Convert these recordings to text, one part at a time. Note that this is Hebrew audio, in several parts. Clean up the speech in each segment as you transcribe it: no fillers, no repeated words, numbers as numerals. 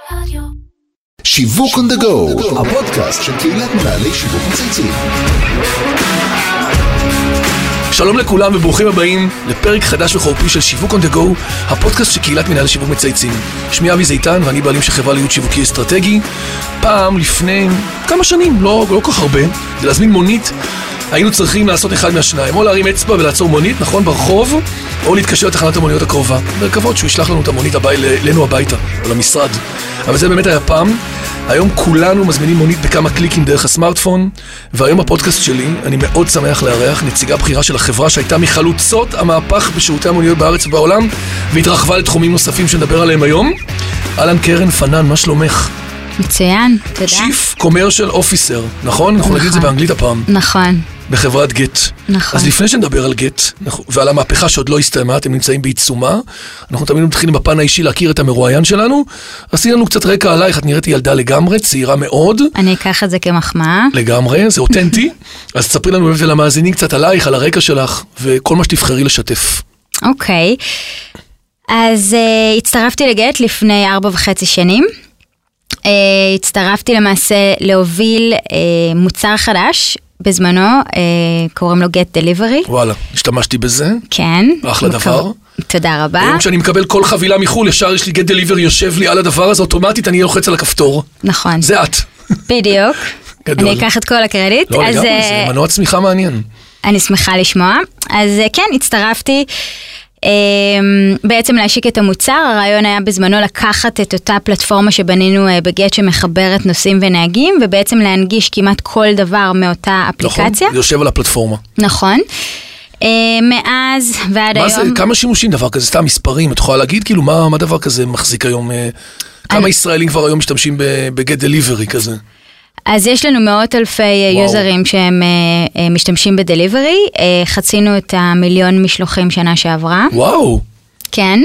שיווק on the go, הפודקאסט של קהילת מנהלי שיווק מצייצים. שלום לכולם וברוכים הבאים לפרק חדש וחורפי של שיווק on the go, הפודקאסט של קהילת מנהלי שיווק מצייצים. שמי אבי זיתן ואני בעלים של חברה לייעוץ שיווקי אסטרטגי. פעם לפני כמה שנים, לא כל כך הרבה, כדי להזמין מונית, היינו צריכים לעשות אחד מהשניים, או להרים אצבע ולעצור מונית, נכון, ברחוב, או להתקשר לתחנת המוניות הקרובה, ולקוות שהוא ישלח לנו את המונית אלינו הביתה, או למשרד. אבל זה באמת היה פעם. היום כולנו מזמינים מונית בכמה קליקים דרך הסמארטפון, והיום בפודקאסט שלי אני מאוד שמח לארח נציגה בחירה של החברה שהייתה מחלוצות המהפך בשירותי המוניות בארץ ובעולם, והתרחבה לתחומים נוספים שנדבר עליהם היום. אהלן קרן פנן, מה שלומך? מצוין, תודה. Chief Commercial Officer, נכון? אנחנו נגיד את זה באנגלית הפעם. נכון. בחברת גט. נכון. אז לפני שנדבר על גט, ועל המהפכה שעוד לא הסתיימה, אתם נמצאים בעיצומה, אנחנו תמיד מתחילים בפן האישי להכיר את המרואיין שלנו, עשי לנו קצת רקע עלייך, את נראית ילדה לגמרי, צעירה מאוד. אני אקח את זה כמחמאה. לגמרי, זה אותנטי. אז תספרי לנו ולמאזינים קצת עלייך, על הרקע שלך, וכל מה שתבחרי לשתף. אוקיי. אז הצטרפתי לגט לפני 4.5 שנים. הצטרפתי למעשה להוביל מוצר חדש, בזמנו, קוראים לו Get Delivery. וואלה, השתמשתי בזה. כן. אחלה דבר. תודה רבה. היום כשאני מקבל כל חבילה מחול, ישר יש לי Get Delivery יושב לי על הדבר הזה, אוטומטית אני לוחץ על הכפתור. נכון. זה את. בדיוק. אני אקח את כל הקרדיט. לא, לגמרי, זה מנוע צמיחה מעניין. אני שמחה לשמוע. אז כן, הצטרפתי. בעצם להשיק את המוצר, הרעיון היה בזמנו לקחת את אותה פלטפורמה שבנינו בגט שמחברת נוסעים ונהגים, ובעצם להנגיש כמעט כל דבר מאותה אפליקציה. נכון, זה יושב על הפלטפורמה. נכון. מאז ועד היום... מה זה, כמה שימושים דבר כזה, סתם מספרים, את יכולה להגיד כאילו מה דבר כזה מחזיק היום, כמה ישראלים כבר היום משתמשים בגט דליברי כזה? אז יש לנו מאות אלפי יוזרים שהם משתמשים בדליברי, חצינו את 1,000,000 משלוחים שנה שעברה. וואו. כן.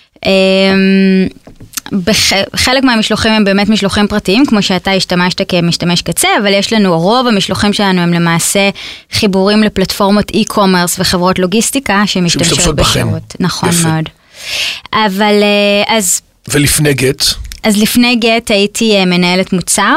חלק מהמשלוחים הם באמת משלוחים פרטיים, כמו שאתה השתמשת כמשתמש קצה, אבל יש לנו, רוב המשלוחים שלנו הם למעשה חיבורים לפלטפורמות e-commerce וחברות לוגיסטיקה שמשתמשות בשירות. נכון מאוד. אבל אז... ולפני גט? אז לפני גט הייתי מנהלת מוצר.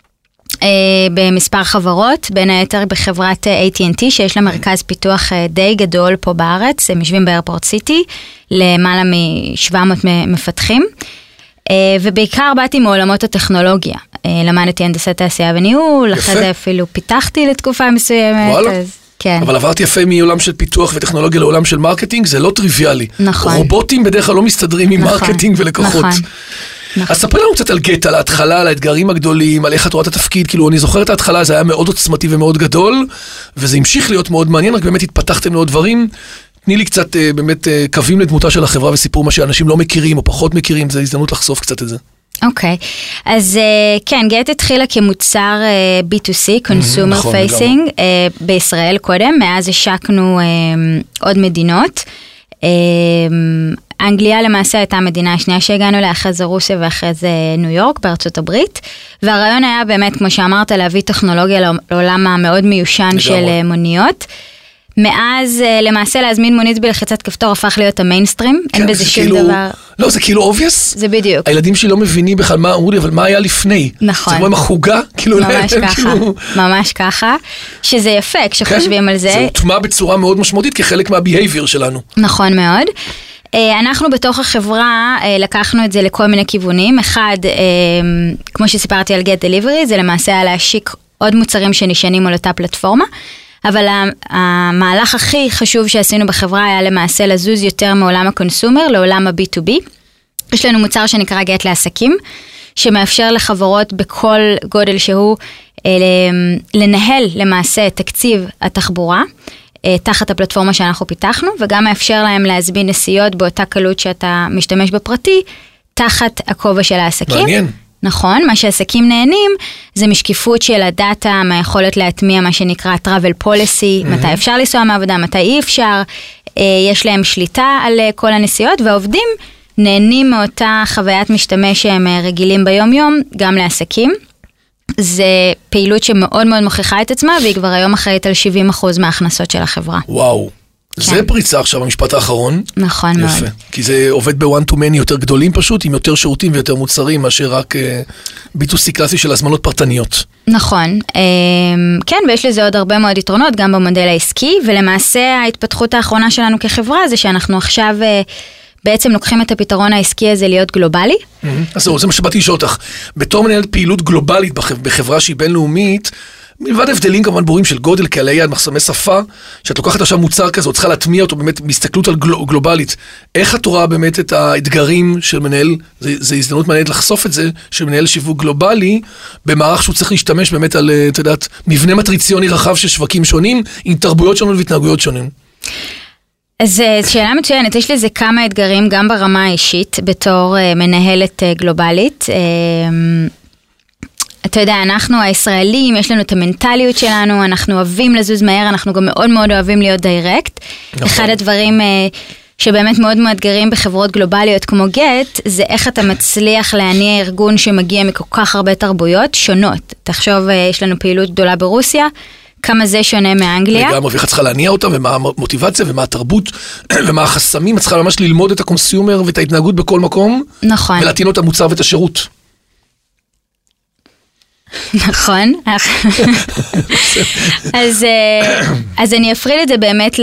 במספר חברות, בין היתר בחברת AT&T, שיש לה מרכז פיתוח די גדול פה בארץ, הם יושבים באיירפורט סיטי, למעלה מ-700 מפתחים, ובעיקר באתי מעולמות הטכנולוגיה, למדתי הנדסת תעשייה וניהול, אחרי זה אפילו פיתחתי לתקופה מסוימת, אז כן. אבל עברת יפה מעולם של פיתוח וטכנולוגיה לעולם של מרקטינג, זה לא טריוויאלי. נכון. רובוטים בדרך כלל לא מסתדרים עם מרקטינג ולקוחות. נכון. אז ספרי לנו קצת על גט, על ההתחלה, על האתגרים הגדולים, על איך את רואה את התפקיד, כאילו אני זוכר את ההתחלה, זה היה מאוד עוצמתי ומאוד גדול, וזה המשיך להיות מאוד מעניין, רק באמת התפתחתם לעוד דברים. תני לי קצת באמת קווים לדמותה של החברה וסיפור מה שאנשים לא מכירים או פחות מכירים, זה הזדמנות לחשוף קצת את זה. אוקיי, אז כן, גט התחילה כמוצר B2C, Consumer Facing, בישראל קודם, מאז השקנו עוד מדינות. אנגליה למעשה הייתה המדינה השנייה שהגענו לה, אחרי זה רוסיה ואחרי זה ניו יורק בארצות הברית, והרעיון היה באמת, כמו שאמרת, להביא טכנולוגיה לעולם המאוד מיושן של מוניות. מאז למעשה להזמין מונית בלחיצת כפתור הפך להיות המיינסטרים, אין בזה שום דבר. לא, זה כאילו obvious. זה בדיוק. הילדים שלי לא מבינים בכלל מה אמרו לי, אבל מה היה לפני? נכון. זה כמו עם החוגה, כאילו... ממש ככה, ממש ככה, שזה יפה כשחושבים על זה. זה הוטמע בצורה מאוד משמעותית כחלק מה-behavior שלנו. נכון מאוד. אנחנו בתוך החברה לקחנו את זה לכל מיני כיוונים. אחד, כמו שסיפרתי על Get Delivery, זה למעשה היה להשיק עוד מוצרים שנשענים על אותה פלטפורמה, אבל המהלך הכי חשוב שעשינו בחברה היה למעשה לזוז יותר מעולם הקונסומר לעולם ה-B2B. יש לנו מוצר שנקרא Get לעסקים, שמאפשר לחברות בכל גודל שהוא לנהל למעשה תקציב התחבורה, תחת הפלטפורמה שאנחנו פיתחנו, וגם מאפשר להם להזמין נסיעות באותה קלות שאתה משתמש בפרטי, תחת הכובע של העסקים. מעניין. נכון, מה שעסקים נהנים, זה משקיפות של הדאטה, מהיכולת להטמיע מה שנקרא travel policy, מתי אפשר לנסוע מעבודה, מתי אי אפשר, יש להם שליטה על כל הנסיעות, והעובדים נהנים מאותה חוויית משתמש שהם רגילים ביום יום, גם לעסקים. זה פעילות שמאוד מאוד מוכיחה את עצמה, והיא כבר היום אחראית על 70% מההכנסות של החברה. וואו. זה פריצה עכשיו, המשפט האחרון. נכון מאוד. יפה, כי זה עובד ב-one to many יותר גדולים פשוט, עם יותר שירותים ויותר מוצרים, מאשר רק B2C קלאסי של הזמנות פרטניות. נכון, כן, ויש לזה עוד הרבה מאוד יתרונות, גם במודל העסקי, ולמעשה ההתפתחות האחרונה שלנו כחברה, זה שאנחנו עכשיו בעצם לוקחים את הפתרון העסקי הזה להיות גלובלי. אז זה מה שבאתי לשאול אותך. בתור מנהלת פעילות גלובלית בחברה שהיא בינלאומית, מלבד הבדלים כמובן ברורים של גודל, קהלי יעד, מחסמי שפה, שאת לוקחת עכשיו מוצר כזה, או צריכה להטמיע אותו באמת בהסתכלות על גלובלית. איך את רואה באמת את האתגרים של מנהל, זה הזדמנות מעניינת לחשוף את זה, של מנהל שיווק גלובלי, במערך שהוא צריך להשתמש באמת על, את יודעת, מבנה מטריציוני רחב של שווקים שונים, עם תרבויות שונות והתנהגויות שונים. אז שאלה מצוינת, יש לזה כמה אתגרים גם ברמה האישית, בתור מנהלת גלובלית. אתה יודע, אנחנו הישראלים, יש לנו את המנטליות שלנו, אנחנו אוהבים לזוז מהר, אנחנו גם מאוד מאוד אוהבים להיות דיירקט. אחד הדברים שבאמת מאוד מאתגרים בחברות גלובליות כמו גט, זה איך אתה מצליח להניע ארגון שמגיע מכל כך הרבה תרבויות שונות. תחשוב, יש לנו פעילות גדולה ברוסיה, כמה זה שונה מאנגליה. וגם איך את צריכה להניע אותה, ומה המוטיבציה, ומה התרבות, ומה החסמים, את צריכה ממש ללמוד את הקונסיומר ואת ההתנהגות בכל מקום. נכון. ולהטעין את המוצר ואת השירות. נכון. אז אני אפריד את זה באמת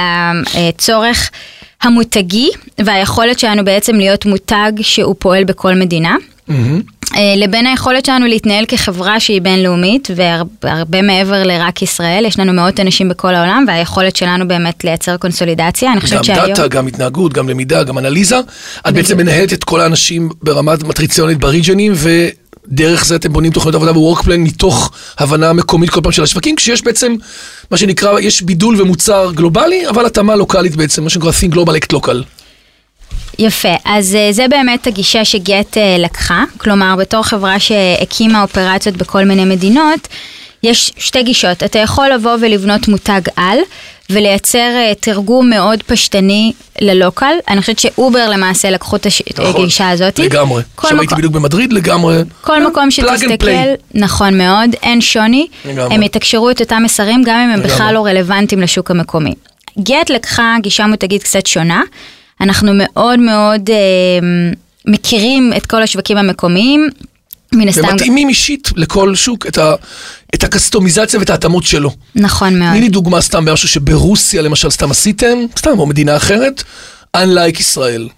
לצורך המותגי, והיכולת שלנו בעצם להיות מותג שהוא פועל בכל מדינה. לבין היכולת שלנו להתנהל כחברה שהיא בינלאומית, והרבה מעבר לרק ישראל, יש לנו מאות אנשים בכל העולם, והיכולת שלנו באמת לייצר קונסולידציה. גם דאטה, גם התנהגות, גם למידה, גם אנליזה. את בעצם מנהלת את כל האנשים ברמת מטריציונית בריג'נים, ודרך זה אתם בונים תוכניות עבודה ב-workplan מתוך הבנה מקומית כל פעם של השווקים, כשיש בעצם, מה שנקרא, יש בידול ומוצר גלובלי, אבל התאמה לוקלית בעצם, מה שנקרא think global act local. יפה, אז זה באמת הגישה שגט לקחה, כלומר בתור חברה שהקימה אופרציות בכל מיני מדינות, יש שתי גישות, אתה יכול לבוא ולבנות מותג על, ולייצר תרגום מאוד פשטני ללוקל, אני חושבת שאובר למעסה לקחו את הגישה הזאת. לגמרי, עכשיו הייתי בדיוק במדריד לגמרי. כל מקום שתסתכל, נכון מאוד, אין שוני, הם יתקשרו את אותם מסרים, גם אם הם בכלל לא רלוונטיים לשוק המקומי. גט לקחה גישה מותגית קצת שונה, אנחנו מאוד מאוד מכירים את כל השווקים המקומיים, ומתאימים אישית לכל שוק את הקסטומיזציה ואת ההתאמות שלו. נכון מאוד. תני לי דוגמה סתם משהו שברוסיה למשל סתם עשיתם, סתם או מדינה אחרת, unlike ישראל.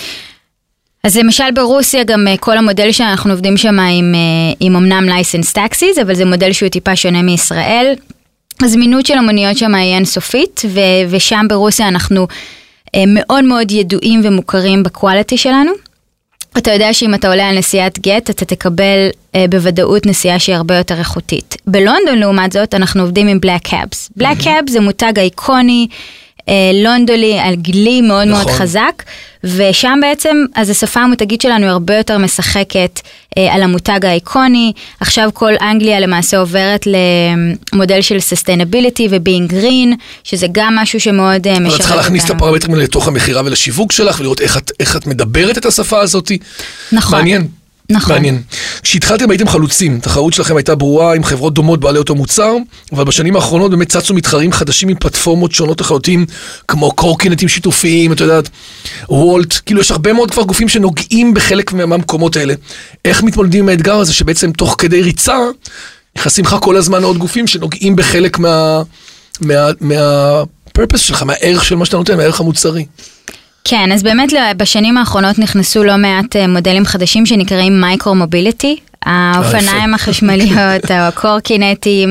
אז למשל ברוסיה גם כל המודל שאנחנו עובדים שם עם אמנם license taxis, אבל זה מודל שהוא טיפה שונה מישראל. הזמינות של המוניות שם היא אינסופית, ושם ברוסיה אנחנו מאוד מאוד ידועים ומוכרים בקואליטי שלנו. אתה יודע שאם אתה עולה על נסיעת גט, אתה תקבל בוודאות נסיעה שהיא הרבה יותר איכותית. בלונדון לעומת זאת, אנחנו עובדים עם בלק קאבס. בלק קאבס זה מותג איקוני, לונדולי, אנגלי מאוד מאוד חזק, ושם בעצם, אז השפה המותגית שלנו היא הרבה יותר משחקת על המותג האיקוני. עכשיו כל אנגליה למעשה עוברת למודל של sustainability ו-being green, שזה גם משהו שמאוד משרת אותנו. את צריכה להכניס את הפרמטרים לתוך המחירה ולשיווק שלך, ולראות איך את מדברת את השפה הזאת. נכון. מעניין. נכון. מעניין. כשהתחלתם הייתם חלוצים, התחרות שלכם הייתה ברורה עם חברות דומות בעלי אותו מוצר, אבל בשנים האחרונות באמת צצו מתחרים חדשים עם פלטפורמות שונות לחלוטין, כמו קורקינטים שיתופיים, אתה יודעת, וולט, כאילו יש הרבה מאוד כבר גופים שנוגעים בחלק מהמקומות האלה. איך מתמודדים עם האתגר הזה שבעצם תוך כדי ריצה, נכנסים לך כל הזמן עוד גופים שנוגעים בחלק מהפרפס שלך, מהערך של מה שאתה נותן, מהערך המוצרי. כן, אז באמת בשנים האחרונות נכנסו לא מעט מודלים חדשים שנקראים מייקרו-מוביליטי, האופניים החשמליות, הקורקינטים,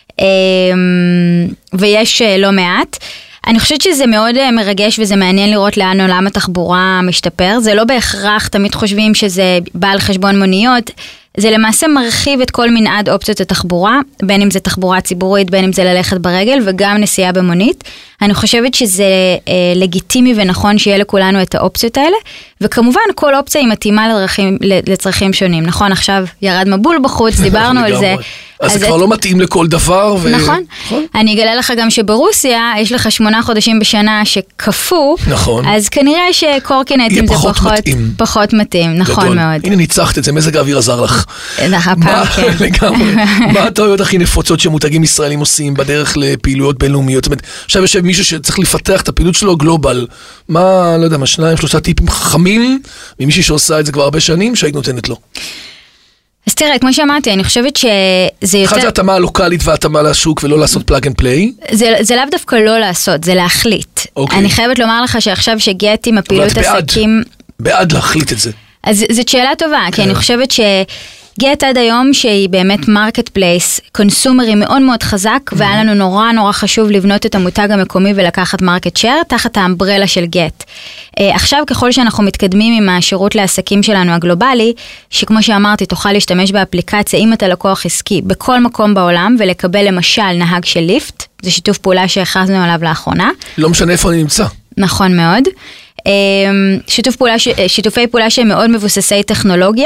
ויש לא מעט. אני חושבת שזה מאוד מרגש וזה מעניין לראות לאן עולם התחבורה משתפר. זה לא בהכרח, תמיד חושבים שזה בא על חשבון מוניות, זה למעשה מרחיב את כל מנעד אופציות התחבורה, בין אם זה תחבורה ציבורית, בין אם זה ללכת ברגל וגם נסיעה במונית. אני חושבת שזה לגיטימי ונכון שיהיה לכולנו את האופציות האלה, וכמובן כל אופציה היא מתאימה לצרכים שונים. נכון, עכשיו ירד מבול בחוץ, דיברנו על זה. אז זה כבר לא מתאים לכל דבר. נכון. אני אגלה לך גם שברוסיה יש לך 8 חודשים בשנה שכפו, אז כנראה שקורקינטים זה פחות מתאים. נכון מאוד. הנה ניצחת את זה, מזג האוויר עזר לך. הפעם. לגמרי. מה הטעויות הכי נפוצות שמותגים ישראלים עושים בדרך לפעילויות בינלאומיות? זאת אומרת, עכשיו יושב מישהו שצריך לפתח את הפעילות שלו גלובל. מה, לא יודע, 2-3 טיפים חכמים, ממישהי שעושה את זה כבר הרבה שנים, שהיית נותנת לו. אז תראה, כמו שאמרתי, אני חושבת שזה יותר... אחד זה התאמה לוקלית והתאמה לשוק ולא לעשות פלאג אנד פליי. זה לאו דווקא לא לעשות, זה להחליט. אני חייבת לומר לך שעכשיו שגט עם הפעילות עסקים... בעד להחליט את זה. אז זאת שאלה טובה, כי אני חושבת שגט עד היום שהיא באמת מרקט פלייס, קונסומרי מאוד מאוד חזק, והיה לנו נורא נורא חשוב לבנות את המותג המקומי ולקחת מרקט שייר תחת האמברלה של גט. עכשיו ככל שאנחנו מתקדמים עם השירות לעסקים שלנו הגלובלי, שכמו שאמרתי תוכל להשתמש באפליקציה אם אתה לקוח עסקי בכל מקום בעולם, ולקבל למשל נהג של ליפט, זה שיתוף פעולה שהכרזנו עליו לאחרונה. לא משנה איפה אני נמצא. נכון מאוד. שיתופי פעולה שהם מאוד מבוססי טכנולוגיה,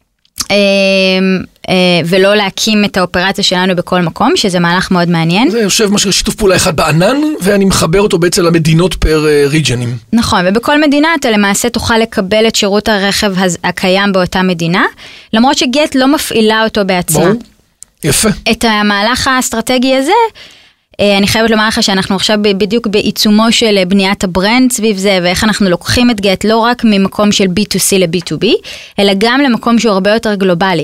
ולא להקים את האופרציה שלנו בכל מקום, שזה מהלך מאוד מעניין. זה יושב משהו שיתוף פעולה אחד בענן, ואני מחבר אותו בעצם למדינות פר ריג'נים. נכון, ובכל מדינה אתה למעשה תוכל לקבל את שירות הרכב הקיים באותה מדינה, למרות שגט לא מפעילה אותו בעצמה. בואו, יפה. את המהלך האסטרטגי הזה, אני חייבת לומר לך שאנחנו עכשיו בדיוק בעיצומו של בניית הברנד סביב זה, ואיך אנחנו לוקחים את גט לא רק ממקום של B2C ל-B2B, אלא גם למקום שהוא הרבה יותר גלובלי.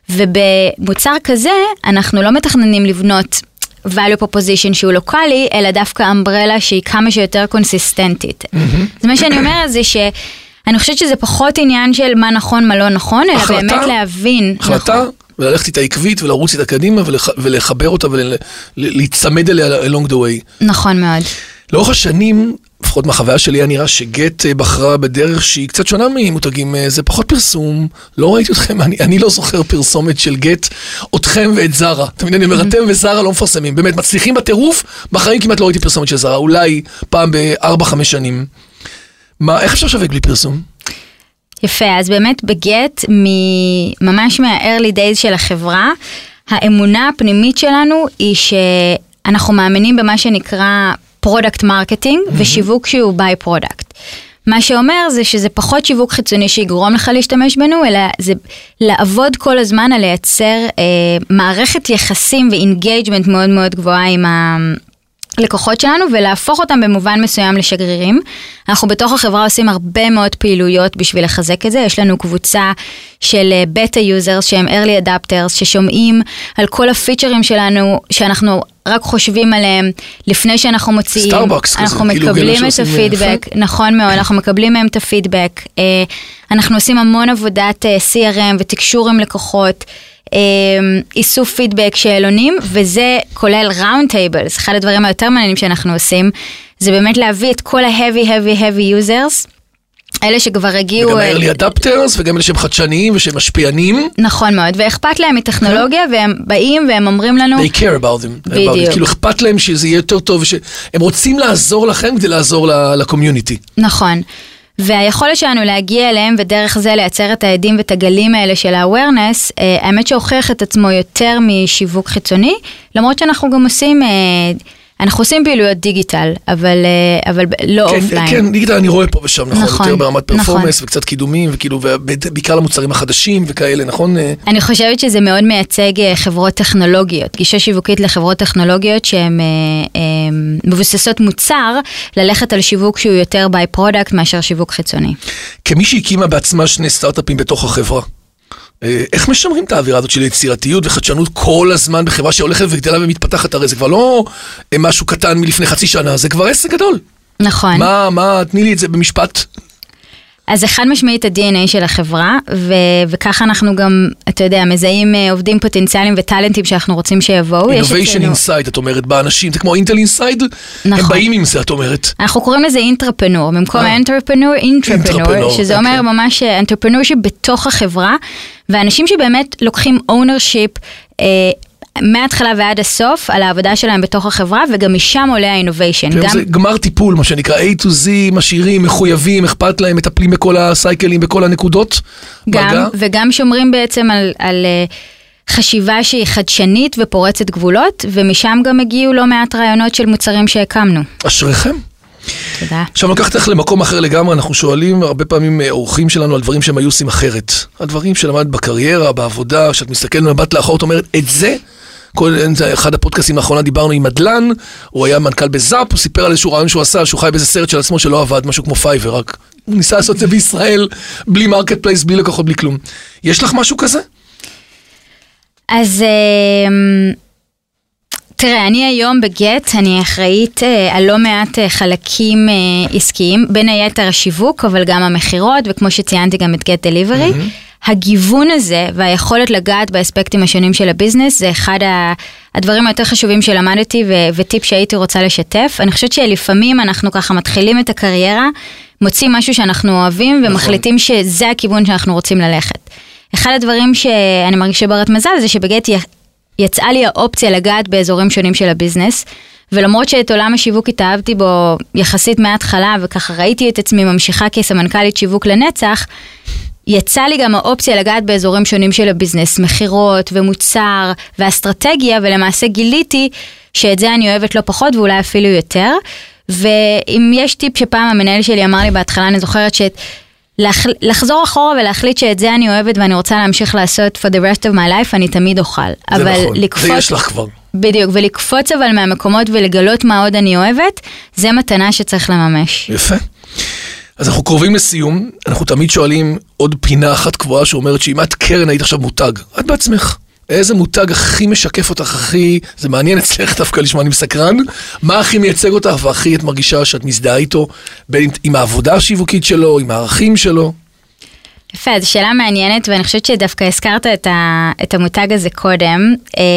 ובמוצר כזה, אנחנו לא מתכננים לבנות value proposition שהוא לוקלי, אלא דווקא אמברלה שהיא כמה שיותר קונסיסטנטית. אז מה שאני אומרת זה שאני חושבת שזה פחות עניין של מה נכון, מה לא נכון, אלא באמת להבין. החלטה? וללכת איתה עקבית ולרוץ איתה קדימה ולחבר אותה ולהצמד אליה along the way. נכון מאוד. לאורך השנים, לפחות מהחוויה שלי, היה נראה שגט בחרה בדרך שהיא קצת שונה ממותגים, זה פחות פרסום, לא ראיתי אתכם, אני לא זוכר פרסומת של גט, אתכם ואת זרה. תמיד אני אומר, אתם וזרה לא מפרסמים, באמת, מצליחים בטירוף, בחיים כמעט לא ראיתי פרסומת של זרה, אולי פעם ב4-5 שנים. איך אפשר לשווק בלי פרסום? יפה, אז באמת בגט, ממש מה-early days של החברה, האמונה הפנימית שלנו היא שאנחנו מאמינים במה שנקרא product marketing ושיווק שהוא by product. מה שאומר זה שזה פחות שיווק חיצוני שיגרום לך להשתמש בנו, אלא זה לעבוד כל הזמן על לייצר מערכת יחסים ו-engagement מאוד מאוד גבוהה עם לקוחות שלנו, ולהפוך אותם במובן מסוים לשגרירים. אנחנו בתוך החברה עושים הרבה מאוד פעילויות בשביל לחזק את זה. יש לנו קבוצה של בטה יוזרס שהם early adapters, ששומעים על כל הפיצ'רים שלנו, שאנחנו רק חושבים עליהם לפני שאנחנו מוציאים. סטארבקס כזה. אנחנו מקבלים את הפידבק, נכון מאוד, אנחנו מקבלים מהם את הפידבק. אנחנו עושים המון עבודת CRM ותקשור עם לקוחות, איסוף פידבק שאלונים, וזה כולל ראונד טייבלס. אחד הדברים היותר מעניינים שאנחנו עושים, זה באמת להביא את כל ה-heavy users, אלה שכבר הגיעו... וגם ה-early adapters, וגם אלה שהם חדשניים ושהם משפיענים. נכון מאוד, ואכפת להם מטכנולוגיה, והם באים והם אומרים לנו... They care about them. בדיוק. כאילו אכפת להם שזה יהיה יותר טוב, ושהם רוצים לעזור לכם כדי לעזור לקומיוניטי. נכון. והיכולת שלנו להגיע אליהם ודרך זה לייצר את העדים ואת הגלים האלה של ה-awareness, האמת שהוכיח את עצמו יותר משיווק חיצוני, למרות שאנחנו גם עושים, אנחנו עושים פעילויות דיגיטל, אבל לא אופליין. כן, דיגיטל אני רואה פה ושם, נכון? יותר ברמת פרפורמנס וקצת קידומים, וכאילו, ובעיקר למוצרים החדשים וכאלה, נכון? אני חושבת שזה מאוד מייצג חברות טכנולוגיות, גישה שיווקית לחברות טכנולוגיות שהן מבוססות מוצר, ללכת על שיווק שהוא יותר by product מאשר שיווק חיצוני. כמי שהקימה בעצמה 2 סטארט-אפים בתוך החברה, איך משמרים את האווירה הזאת של יצירתיות וחדשנות כל הזמן בחברה שהולכת וגדלה ומתפתחת? הרי זה כבר לא משהו קטן מלפני חצי שנה, זה כבר עסק גדול. נכון. תני לי את זה במשפט. אז אחד משמעית ה-DNA של החברה, וככה אנחנו גם, אתה יודע, מזהים עובדים פוטנציאליים וטלנטים שאנחנו רוצים שיבואו. Innovation inside, את אומרת, באנשים, זה כמו אינטל אינסייד, הם באים עם זה, את אומרת. אנחנו קוראים לזה אינטרפנור, במקום אינטרפנור, שזה אומר ממש אינטרפנור שבתוך החברה, ואנשים שבאמת לוקחים ownership, מההתחלה ועד הסוף על העבודה שלהם בתוך החברה, וגם משם עולה האינוביישן. זה גמר טיפול, מה שנקרא A to Z, משאירים, מחויבים, אכפת להם, מטפלים בכל הסייקלים, בכל הנקודות. וגם שומרים בעצם על חשיבה שהיא חדשנית ופורצת גבולות, ומשם גם הגיעו לא מעט רעיונות של מוצרים שהקמנו. אשריכם. תודה. עכשיו לקחת לך למקום אחר לגמרי, אנחנו שואלים הרבה פעמים אורחים שלנו על דברים שהם היו עושים אחרת. הדברים שלמדת בקריירה, בעבודה, שאת מסתכלת מבט לאחור, את אומרת, את זה, אחד הפודקאסים האחרונה דיברנו עם מדלן, הוא היה מנכ"ל בזאפ, הוא סיפר על איזשהו רעיון שהוא עשה, שהוא חי באיזה סרט של עצמו שלא עבד, משהו כמו פייבר, רק הוא ניסה לעשות את זה בישראל, בלי מרקט פלייס, בלי לקוחות, בלי כלום. יש לך משהו כזה? אז תראה, אני היום בגט, אני אחראית על לא מעט חלקים עסקיים, בין היתר השיווק, אבל גם המחירות, וכמו שציינתי גם את גט דליברי. הגיוון הזה והיכולת לגעת באספקטים השונים של הביזנס, זה אחד הדברים היותר חשובים שלמדתי וטיפ שהייתי רוצה לשתף. אני חושבת שלפעמים אנחנו ככה מתחילים את הקריירה, מוצאים משהו שאנחנו אוהבים ומחליטים שזה הכיוון שאנחנו רוצים ללכת. אחד הדברים שאני מרגישה ברת מזל זה שבגט יצאה לי האופציה לגעת באזורים שונים של הביזנס, ולמרות שאת עולם השיווק התאהבתי בו יחסית מההתחלה, וככה ראיתי את עצמי ממשיכה כסמנכ"לית שיווק לנצח, יצא לי גם האופציה לגעת באזורים שונים של הביזנס, מחירות ומוצר ואסטרטגיה, ולמעשה גיליתי שאת זה אני אוהבת לא פחות ואולי אפילו יותר. ואם יש טיפ שפעם המנהל שלי אמר לי בהתחלה, אני זוכרת לחזור אחורה ולהחליט שאת זה אני אוהבת ואני רוצה להמשיך לעשות for the rest of my life, אני תמיד אוכל. זה נכון, זה יש לך כבר. בדיוק, ולקפוץ אבל מהמקומות ולגלות מה עוד אני אוהבת, זה מתנה שצריך לממש. יפה. אז אנחנו קרובים לסיום, אנחנו תמיד שואלים עוד פינה אחת קבועה שאומרת שאם את קרן היית עכשיו מותג, את בעצמך, איזה מותג הכי משקף אותך, הכי, זה מעניין אצלך דווקא לשמוע, אני מסקרן, מה הכי מייצג אותך והכי את מרגישה שאת מזדהה איתו, בין עם העבודה השיווקית שלו, עם הערכים שלו? יפה, זו שאלה מעניינת, ואני חושבת שדווקא הזכרת את המותג הזה קודם,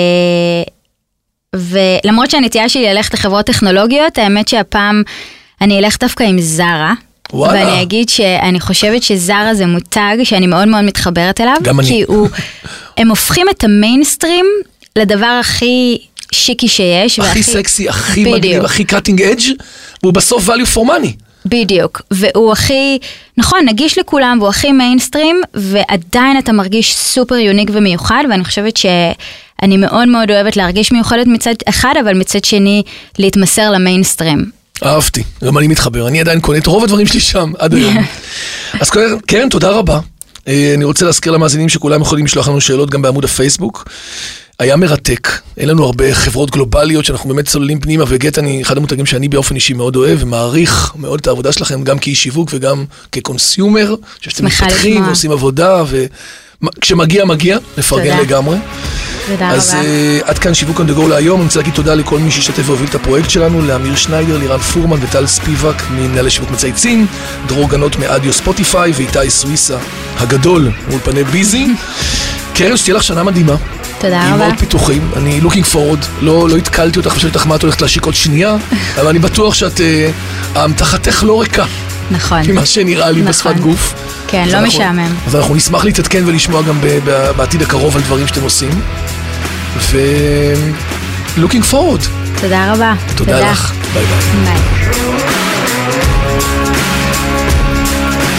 ולמרות שהנטייה שלי ללכת לחברות טכנולוגיות, האמת שהפעם אני אלך דווקא עם זרה, ואני אגיד שאני חושבת שזרה זה מותג שאני מאוד מאוד מתחברת אליו, כי הם הופכים את המיינסטרים לדבר הכי שיקי שיש. הכי סקסי, הכי מגניב, הכי קאטינג אדג', והוא בסוף value for money. בדיוק, והוא הכי, נכון, נגיש לכולם, והוא הכי מיינסטרים, ועדיין אתה מרגיש סופר יוניק ומיוחד, ואני חושבת שאני מאוד מאוד אוהבת להרגיש מיוחדת מצד אחד, אבל מצד שני להתמסר למיינסטרים. אהבתי, גם אני מתחבר, אני עדיין קונה את רוב הדברים שלי שם, עד היום. אז קרן, תודה רבה. אני רוצה להזכיר למאזינים שכולם יכולים לשלוח לנו שאלות גם בעמוד הפייסבוק. היה מרתק, אין לנו הרבה חברות גלובליות שאנחנו באמת צוללים פנימה, וגט אני אחד המותגים שאני באופן אישי מאוד אוהב ומעריך מאוד את העבודה שלכם, גם כאיש שיווק וגם כקונסיומר, שאתם מתפתחים ועושים עבודה, וכשמגיע, לפרגן לגמרי. אז עד כאן שיווק on the go להיום. אני רוצה להגיד תודה לכל מי שהשתתף והוביל את הפרויקט שלנו, לאמיר שניידר, לירן פורמן וטל ספיבק ממנהלי שיווק מצייצים, דרור גנות מאדיו ספוטיפיי ואיתי סוויסה הגדול מאולפני ביזי. קרן, שתהיה לך שנה מדהימה. תודה רבה. עם מאוד פיתוחים, אני looking forward, לא התקלתי אותך ושאלתי אותך מה את הולכת להשיק עוד שנייה, אבל אני בטוח שאת, ההמתחתך לא ריקה. נכון. ממה שנראה לי בשפת גוף. כן, לא משעמם. אז אנחנו נשמח להתעדכן ולשמוע גם בעתיד הקרוב על דברים שאתם עושים. looking forward. תודה רבה. תודה לך. ביי ביי. ביי.